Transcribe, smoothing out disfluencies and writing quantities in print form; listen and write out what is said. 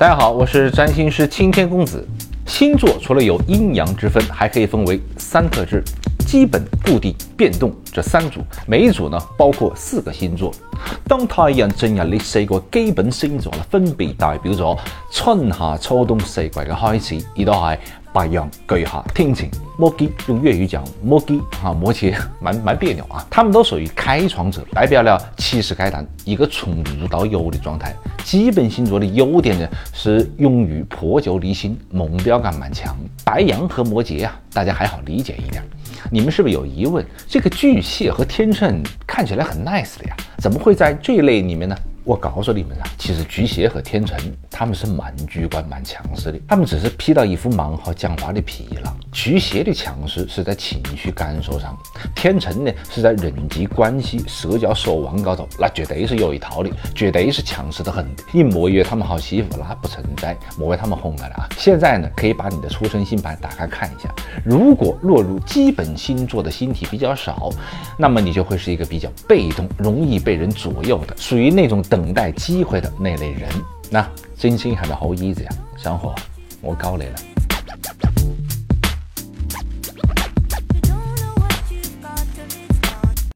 大家好，我是占星师青天公子。星座除了有阴阳之分，还可以分为三特质：基本、固定、变动这三组。每一组呢包括4个星座。當太陽進入呢4個基本星座咧，分別代表咗春夏秋冬4季嘅開始，亦都係白羊、巨蟹、天秤、摩羯。用粵語講摩羯摩羯蠻別扭啊。他們都屬於開創者，代表了氣勢開朗，一個從無到有的狀態。基本星座的優點呢是勇於破舊立新，目標感蠻強。白羊和摩羯啊，大家還好理解一點。你們是不是有疑問？這個巨蟹和天秤看起來很 nice 的呀，怎麼會在這一類裡面呢？我告訴你們啊，其實巨蟹和天秤他們是蠻主觀、蠻強勢的，他們只是披到一副蠻好講話的皮了。巨蟹的強勢是在情緒感受上，天秤呢是在人際關係、社交手腕高頭，那絕對是有一套的，絕對是強勢的很的。你莫以為他們好欺負，那不存在，莫為他們紅了啊！現在呢，可以把你的出生星盤打開看一下，如果落入基本星座的星體比較少，那麼你就會是一個比較被動、容易被人左右的，屬於那種等待機會的那類人。那真心係咪好easy啊？生活我教你啦。